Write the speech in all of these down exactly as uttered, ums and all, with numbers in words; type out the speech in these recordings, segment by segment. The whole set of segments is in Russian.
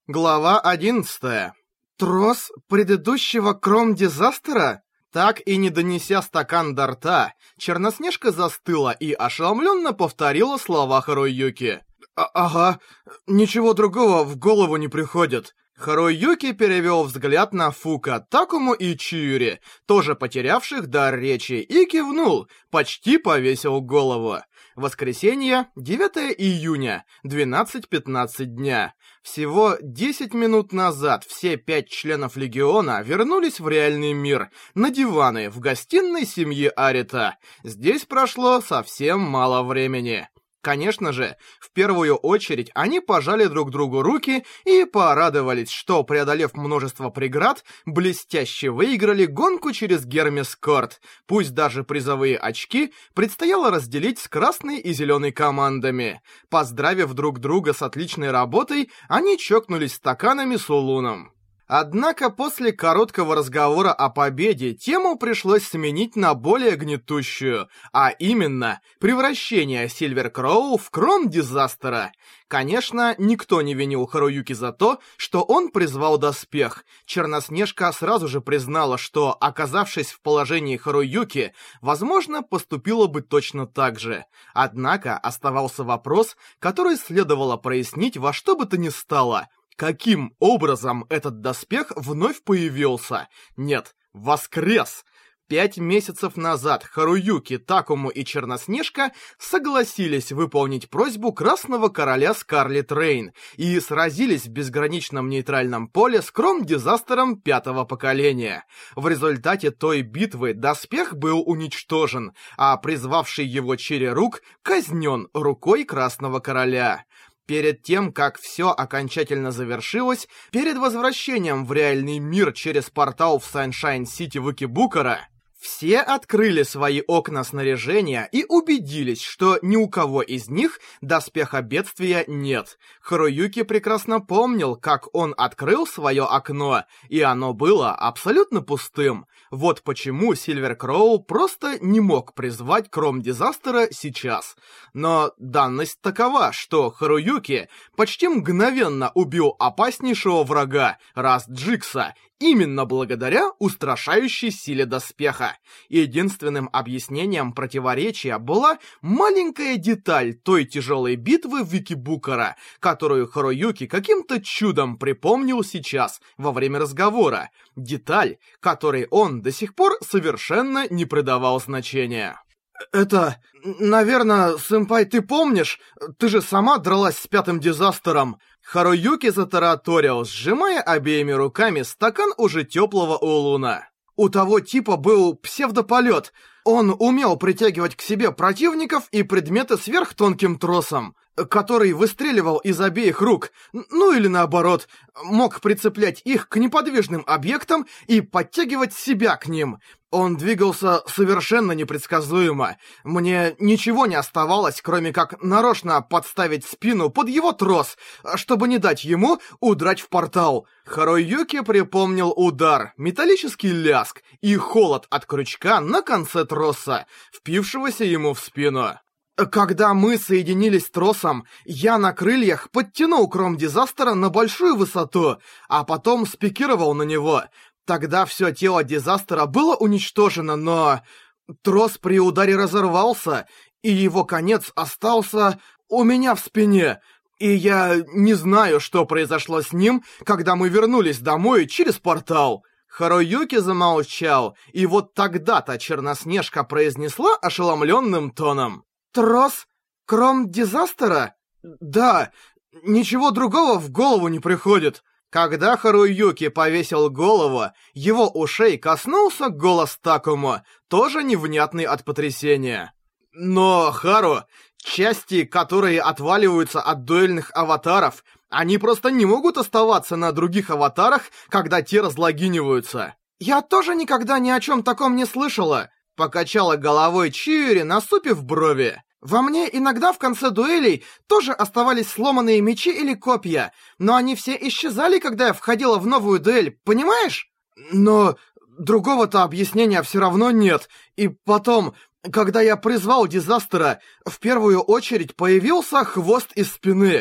Глава одиннадцатая. Трос предыдущего Кром-дизастера? Так и не донеся стакан до рта, Черноснежка застыла и ошеломленно повторила слова Харуюки. А «Ага, ничего другого в голову не приходит». Харуюки перевел взгляд на Фука, Такому и Чиури, тоже потерявших дар речи, и кивнул, почти повесил голову. Воскресенье, девятое июня, двенадцать пятнадцать дня. Всего десять минут назад все пять членов Легиона вернулись в реальный мир, на диваны в гостиной семьи Арита. Здесь прошло совсем мало времени. Конечно же, в первую очередь они пожали друг другу руки и порадовались, что, преодолев множество преград, блестяще выиграли гонку через Гермес-Корт. Пусть даже призовые очки предстояло разделить с красной и зеленой командами. Поздравив друг друга с отличной работой, они чокнулись стаканами с Улуном. Однако после короткого разговора о победе тему пришлось сменить на более гнетущую, а именно превращение Сильвер Кроу в Кром-дизастера. Конечно, никто не винил Харуюки за то, что он призвал доспех. Черноснежка сразу же признала, что, оказавшись в положении Харуюки, возможно, поступила бы точно так же. Однако оставался вопрос, который следовало прояснить во что бы то ни стало. Каким образом этот доспех вновь появился? Нет, воскрес! Пять месяцев назад Харуюки, Такому и Черноснежка согласились выполнить просьбу Красного Короля Скарлет Рейн и сразились в безграничном нейтральном поле с Кром-дизастером пятого поколения. В результате той битвы доспех был уничтожен, а призвавший его Чири-Рук казнен рукой Красного Короля. Перед тем, как все окончательно завершилось, перед возвращением в реальный мир через портал в Саншайн-Сити Викибукара, все открыли свои окна снаряжения и убедились, что ни у кого из них доспеха бедствия нет. Харуюки прекрасно помнил, как он открыл свое окно, и оно было абсолютно пустым. Вот почему Сильвер Кроу просто не мог призвать Кром-дизастера сейчас. Но данность такова, что Харуюки почти мгновенно убил опаснейшего врага, Раст Джикса, именно благодаря устрашающей силе доспеха. Единственным объяснением противоречия была маленькая деталь той тяжелой битвы в Викибукара, которую Харуюки каким-то чудом припомнил сейчас, во время разговора. Деталь, которой он до сих пор совершенно не придавал значения. «Это... наверное, сэмпай, ты помнишь? Ты же сама дралась с пятым дизастером!» Харуюки затараторил, сжимая обеими руками стакан уже теплого улуна. «У того типа был псевдополет. Он умел притягивать к себе противников и предметы сверхтонким тросом, который выстреливал из обеих рук, ну или наоборот, мог прицеплять их к неподвижным объектам и подтягивать себя к ним. Он двигался совершенно непредсказуемо. Мне ничего не оставалось, кроме как нарочно подставить спину под его трос, чтобы не дать ему удрать в портал». Харуюки припомнил удар, металлический лязг и холод от крючка на конце троса, впившегося ему в спину. «Когда мы соединились с тросом, я на крыльях подтянул Кром-дизастера на большую высоту, а потом спикировал на него. Тогда все тело дизастера было уничтожено, но трос при ударе разорвался, и его конец остался у меня в спине. И я не знаю, что произошло с ним, когда мы вернулись домой через портал». Харуюки замолчал, и вот тогда-то Черноснежка произнесла ошеломленным тоном: «Трос Кром-дизастера? Да, ничего другого в голову не приходит». Когда Харуюки повесил голову, его ушей коснулся голос Такому, тоже невнятный от потрясения. «Но, Хару, части, которые отваливаются от дуэльных аватаров, они просто не могут оставаться на других аватарах, когда те разлогиниваются». «Я тоже никогда ни о чем таком не слышала», — покачала головой Чиури, насупив брови. «Во мне иногда в конце дуэлей тоже оставались сломанные мечи или копья, но они все исчезали, когда я входила в новую дуэль, понимаешь? Но другого-то объяснения все равно нет. И потом, когда я призвал дизастера, в первую очередь появился хвост из спины.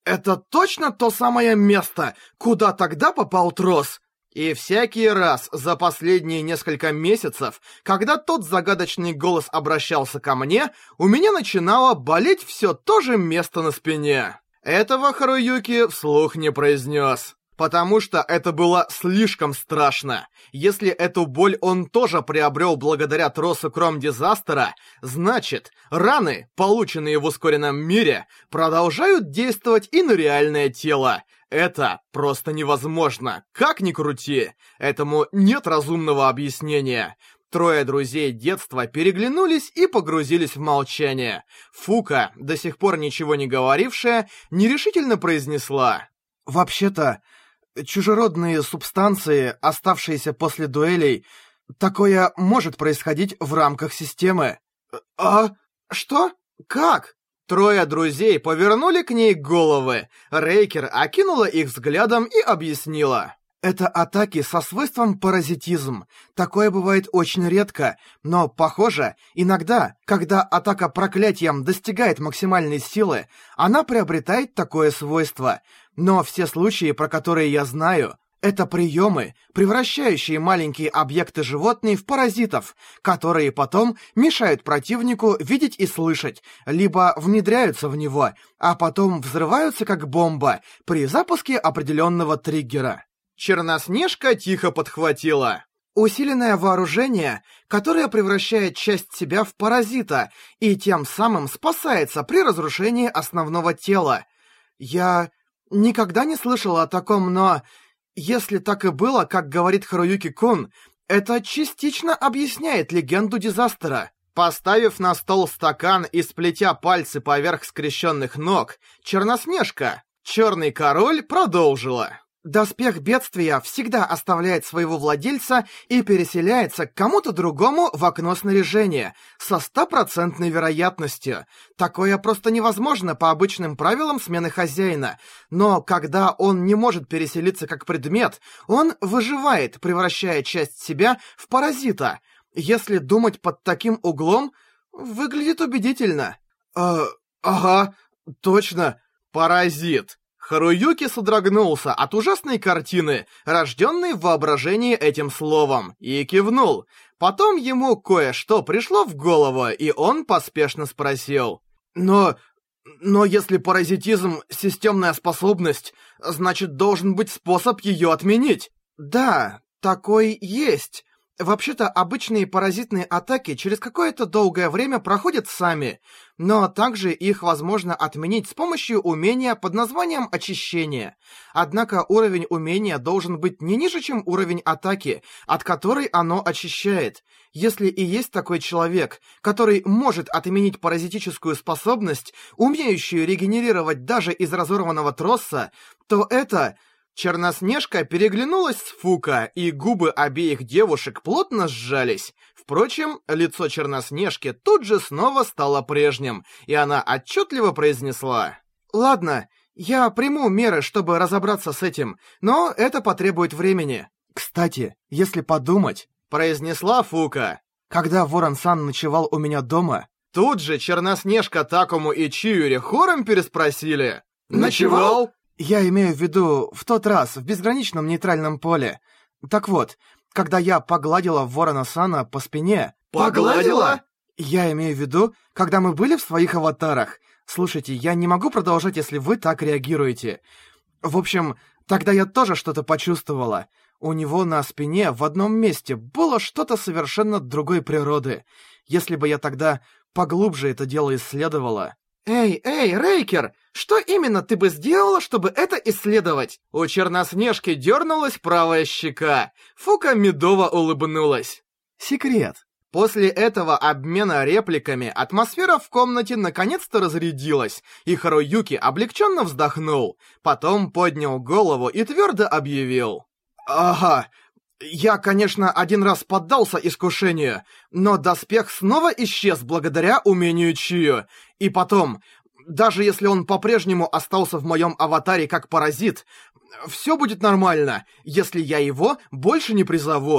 это точно то самое место, куда тогда попал трос? И всякий раз за последние несколько месяцев, когда тот загадочный голос обращался ко мне, у меня начинало болеть все то же место на спине. Этого Харуюки вслух не произнес, потому что это было слишком страшно. Если эту боль он тоже приобрел благодаря тросу Кром-Дизастера, значит, раны, полученные в ускоренном мире, продолжают действовать и на реальное тело. Это просто невозможно, как ни крути. Этому нет разумного объяснения. Трое друзей детства переглянулись и погрузились в молчание. Фука, до сих пор ничего не говорившая, нерешительно произнесла: «Вообще-то, чужеродные субстанции, оставшиеся после дуэлей, такое может происходить в рамках системы». «А? Что? Как?» Трое друзей повернули к ней головы. Рейкер окинула их взглядом и объяснила. Это атаки со свойством паразитизм. Такое бывает очень редко, но, похоже, иногда, когда атака проклятием достигает максимальной силы, она приобретает такое свойство. Но все случаи, про которые я знаю, это приемы, превращающие маленькие объекты животные в паразитов, которые потом мешают противнику видеть и слышать, либо внедряются в него, а потом взрываются как бомба при запуске определенного триггера. Черноснежка тихо подхватила. Усиленное вооружение, которое превращает часть себя в паразита и тем самым спасается при разрушении основного тела. Я никогда не слышала о таком, но... Если так и было, как говорит Харуюки-кун, это частично объясняет легенду Дизастера. Поставив на стол стакан и сплетя пальцы поверх скрещенных ног, Черноснежка, Черный Король, продолжила. Доспех бедствия всегда оставляет своего владельца и переселяется к кому-то другому в окно снаряжения со стопроцентной вероятностью. Такое просто невозможно по обычным правилам смены хозяина. Но когда он не может переселиться как предмет, он выживает, превращая часть себя в паразита. Если думать под таким углом, выглядит убедительно. Э, ага, точно, паразит. Харуюки содрогнулся от ужасной картины, рожденной в воображении этим словом, и кивнул. Потом ему кое-что пришло в голову, и он поспешно спросил. «Но... но если паразитизм — системная способность, значит, должен быть способ ее отменить?» «Да, такой есть. Вообще-то, обычные паразитные атаки через какое-то долгое время проходят сами, но также их возможно отменить с помощью умения под названием «Очищение». Однако уровень умения должен быть не ниже, чем уровень атаки, от которой оно очищает. Если и есть такой человек, который может отменить паразитическую способность, умеющую регенерировать даже из разорванного троса, то это... Черноснежка переглянулась с Фука, и губы обеих девушек плотно сжались. Впрочем, лицо Черноснежки тут же снова стало прежним, и она отчетливо произнесла. «Ладно, я приму меры, чтобы разобраться с этим, но это потребует времени». «Кстати, если подумать», — произнесла Фука, «когда Ворон-сан ночевал у меня дома...» Тут же Черноснежка, Такому и Чиури хором переспросили. «Ночевал?» Я имею в виду в тот раз в безграничном нейтральном поле. Так вот, когда я погладила Ворона-сана по спине... Погладила? Я имею в виду, когда мы были в своих аватарах. Слушайте, я не могу продолжать, если вы так реагируете. В общем, тогда я тоже что-то почувствовала. У него на спине в одном месте было что-то совершенно другой природы. Если бы я тогда поглубже это дело исследовала... «Эй, эй, Рейкер, что именно ты бы сделала, чтобы это исследовать?» У Черноснежки дернулась правая щека. Фука медово улыбнулась. «Секрет». После этого обмена репликами атмосфера в комнате наконец-то разрядилась, и Харуюки облегченно вздохнул. Потом поднял голову и твердо объявил. «Ага, я, конечно, один раз поддался искушению, но доспех снова исчез благодаря умению Чию. И потом, даже если он по-прежнему остался в моем аватаре как паразит, все будет нормально, если я его больше не призову.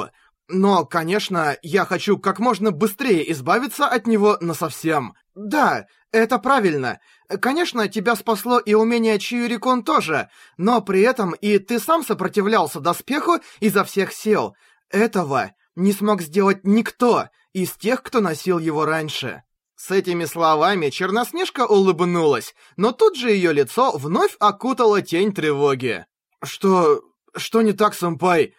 Но, конечно, я хочу как можно быстрее избавиться от него насовсем. Да, это правильно. Конечно, тебя спасло и умение Чиури-кун тоже, но при этом и ты сам сопротивлялся доспеху изо всех сил. Этого не смог сделать никто из тех, кто носил его раньше. С этими словами Черноснежка улыбнулась, но тут же ее лицо вновь окутала тень тревоги. Что... что не так, сэмпай?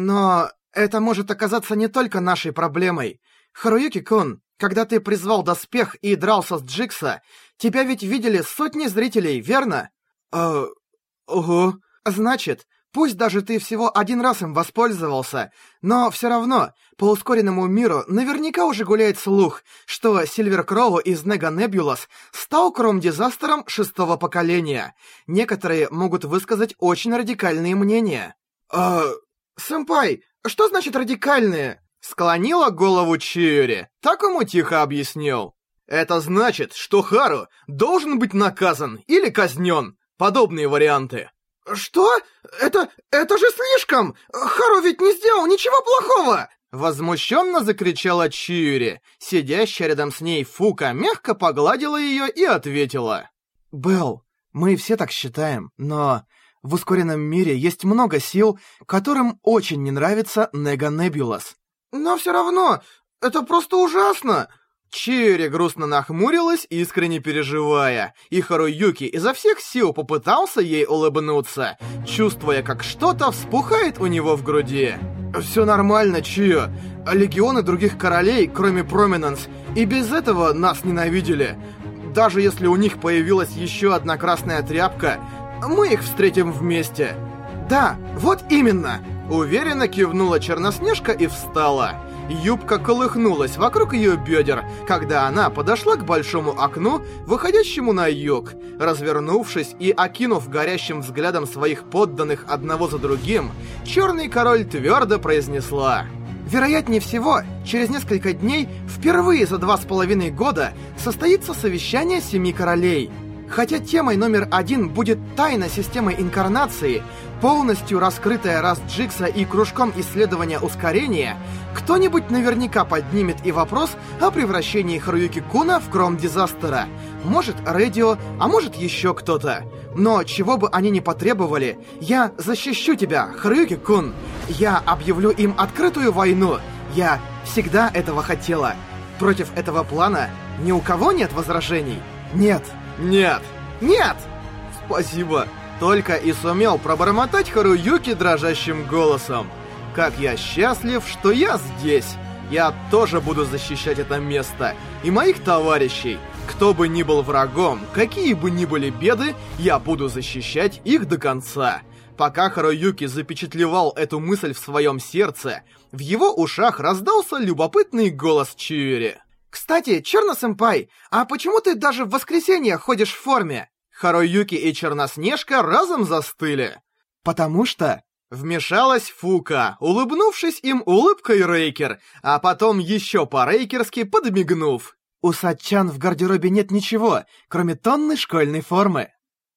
Но это может оказаться не только нашей проблемой. Харуюки-кун, когда ты призвал доспех и дрался с Джикса, тебя ведь видели сотни зрителей, верно? Э... Ого. Значит, пусть даже ты всего один раз им воспользовался, но все равно по ускоренному миру наверняка уже гуляет слух, что Сильвер Кроу из Нега Небулас стал Кром-дизастером шестого поколения. Некоторые могут высказать очень радикальные мнения. Э... Сэмпай, что значит радикальные? Склонила голову Чиури. Такому тихо объяснил. Это значит, что Хару должен быть наказан или казнен. Подобные варианты. Что? Это... это же слишком! Хару ведь не сделал ничего плохого! Возмущенно закричала Чиури. Сидящая рядом с ней Фука мягко погладила ее и ответила. Белл, мы все так считаем, но... в ускоренном мире есть много сил, которым очень не нравится Нега Небулас. Но все равно, это просто ужасно! Чиури грустно нахмурилась, искренне переживая, и Харуюки изо всех сил попытался ей улыбнуться, чувствуя, как что-то вспухает у него в груди. Все нормально, Чио. Легионы других королей, кроме Проминенс, и без этого нас ненавидели. Даже если у них появилась еще одна красная тряпка, мы их встретим вместе. Да, вот именно. Уверенно кивнула Черноснежка и встала. Юбка колыхнулась вокруг ее бедер, когда она подошла к большому окну, выходящему на юг. Развернувшись и окинув горящим взглядом своих подданных одного за другим, Черный Король твердо произнесла: вероятнее всего, через несколько дней, впервые за два с половиной года, состоится совещание Семи Королей. Хотя темой номер один будет тайна системы инкарнации, полностью раскрытая раз Джикса и кружком исследования ускорения, кто-нибудь наверняка поднимет и вопрос о превращении Харуюки-куна в Кром-дизастера. Может, Рэдио, а может еще кто-то. Но чего бы они ни потребовали, я защищу тебя, Харуюки-кун. Я объявлю им открытую войну. Я всегда этого хотела. Против этого плана ни у кого нет возражений? Нет. Нет! Нет! Спасибо! Только и сумел пробормотать Харуюки дрожащим голосом. Как я счастлив, что я здесь! Я тоже буду защищать это место. И моих товарищей. Кто бы ни был врагом, какие бы ни были беды, я буду защищать их до конца. Пока Харуюки запечатлевал эту мысль в своем сердце, в его ушах раздался любопытный голос Чиури. «Кстати, Черно-сэмпай, а почему ты даже в воскресенье ходишь в форме?» Харуюки и Черноснежка разом застыли. «Потому что...» Вмешалась Фука, улыбнувшись им улыбкой Рейкер, а потом еще по-рейкерски подмигнув. «У Сатчан в гардеробе нет ничего, кроме тонны школьной формы».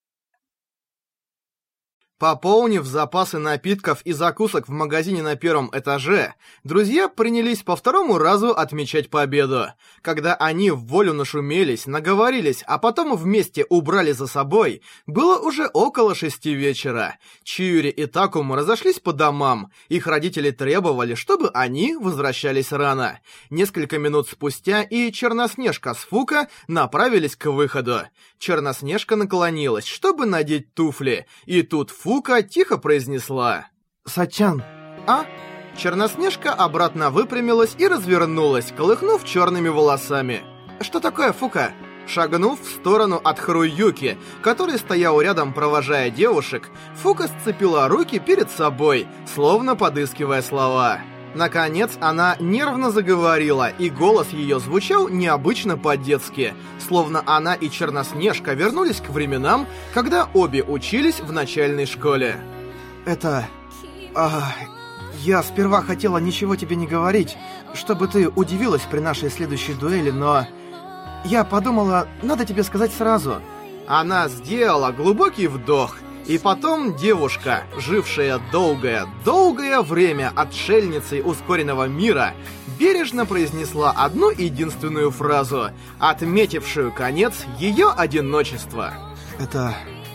Пополнив запасы напитков и закусок в магазине на первом этаже, друзья принялись по второму разу отмечать победу. Когда они в волю нашумелись, наговорились, а потом вместе убрали за собой, было уже около шести вечера. Чиури и Такому разошлись по домам. Их родители требовали, чтобы они возвращались рано. Несколько минут спустя и Черноснежка с Фука направились к выходу. Черноснежка наклонилась, чтобы надеть туфли, и тут Фука Фука тихо произнесла: «Сатчан, а?» Черноснежка обратно выпрямилась и развернулась, колыхнув черными волосами. «Что такое, Фука?» Шагнув в сторону от Харуюки, который стоял рядом, провожая девушек, Фука сцепила руки перед собой, словно подыскивая слова. Наконец она нервно заговорила, и голос ее звучал необычно по-детски, словно она и Черноснежка вернулись к временам, когда обе учились в начальной школе. «Это... А, я сперва хотела ничего тебе не говорить, чтобы ты удивилась при нашей следующей дуэли, но... Я подумала, надо тебе сказать сразу». Она сделала глубокий вдох. И потом девушка, жившая долгое-долгое время отшельницей ускоренного мира, бережно произнесла одну единственную фразу, отметившую конец ее одиночества. Это...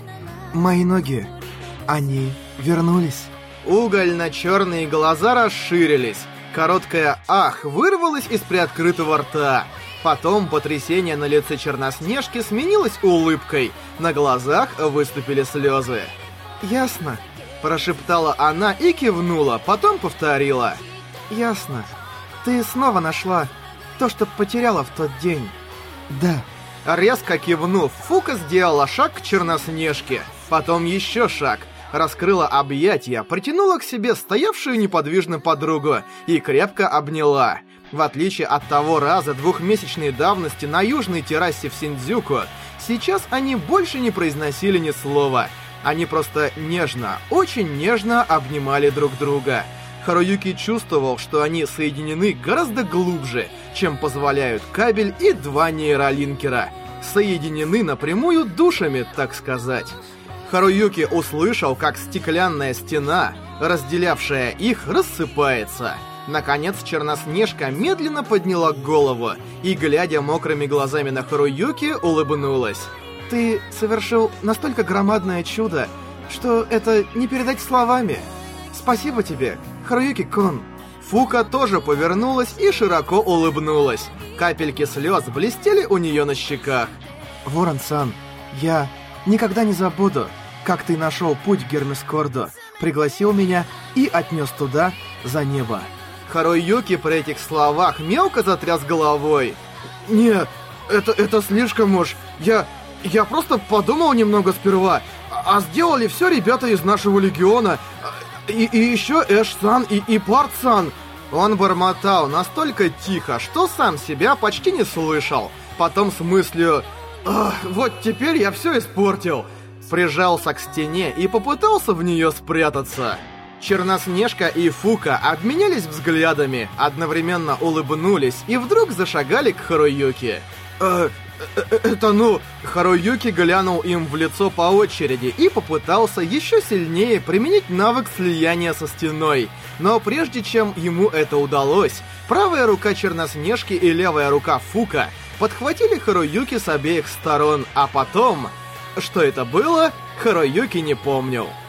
мои ноги. Они вернулись. Угольно-черные глаза расширились. Короткое «ах» вырвалось из приоткрытого рта. Потом потрясение на лице Черноснежки сменилось улыбкой. На глазах выступили слезы. «Ясно», — прошептала она и кивнула, потом повторила. «Ясно. Ты снова нашла то, что потеряла в тот день». «Да». Резко кивнув, Фука сделала шаг к Черноснежке. Потом еще шаг. Раскрыла объятия, притянула к себе стоявшую неподвижно подругу и крепко обняла. В отличие от того раза двухмесячной давности на южной террасе в Синдзюку, сейчас они больше не произносили ни слова. Они просто нежно, очень нежно обнимали друг друга. Харуюки чувствовал, что они соединены гораздо глубже, чем позволяют кабель и два нейролинкера. Соединены напрямую душами, так сказать. Харуюки услышал, как стеклянная стена, разделявшая их, рассыпается. Наконец Черноснежка медленно подняла голову и, глядя мокрыми глазами на Харуюки, улыбнулась. «Ты совершил настолько громадное чудо, что это не передать словами. Спасибо тебе, Харуюки-кун». Фука тоже повернулась и широко улыбнулась. Капельки слез блестели у нее на щеках. «Ворон-сан, я никогда не забуду, как ты нашел путь к Гермескорду, пригласил меня и отнес туда, за небо». Харуюки при этих словах мелко затряс головой. «Нет, это, это слишком уж. Я... я просто подумал немного сперва. А сделали все ребята из нашего легиона. И, и еще Эш-сан и, и Парт-сан». Он бормотал настолько тихо, что сам себя почти не слышал. Потом с мыслью «Ах, вот теперь я все испортил», прижался к стене и попытался в нее спрятаться. Черноснежка и Фука обменялись взглядами, одновременно улыбнулись и вдруг зашагали к Харуюки. «Э, э, это ну...» Харуюки глянул им в лицо по очереди и попытался еще сильнее применить навык слияния со стеной. Но прежде чем ему это удалось, правая рука Черноснежки и левая рука Фука подхватили Харуюки с обеих сторон, а потом... Что это было, Харуюки не помнил.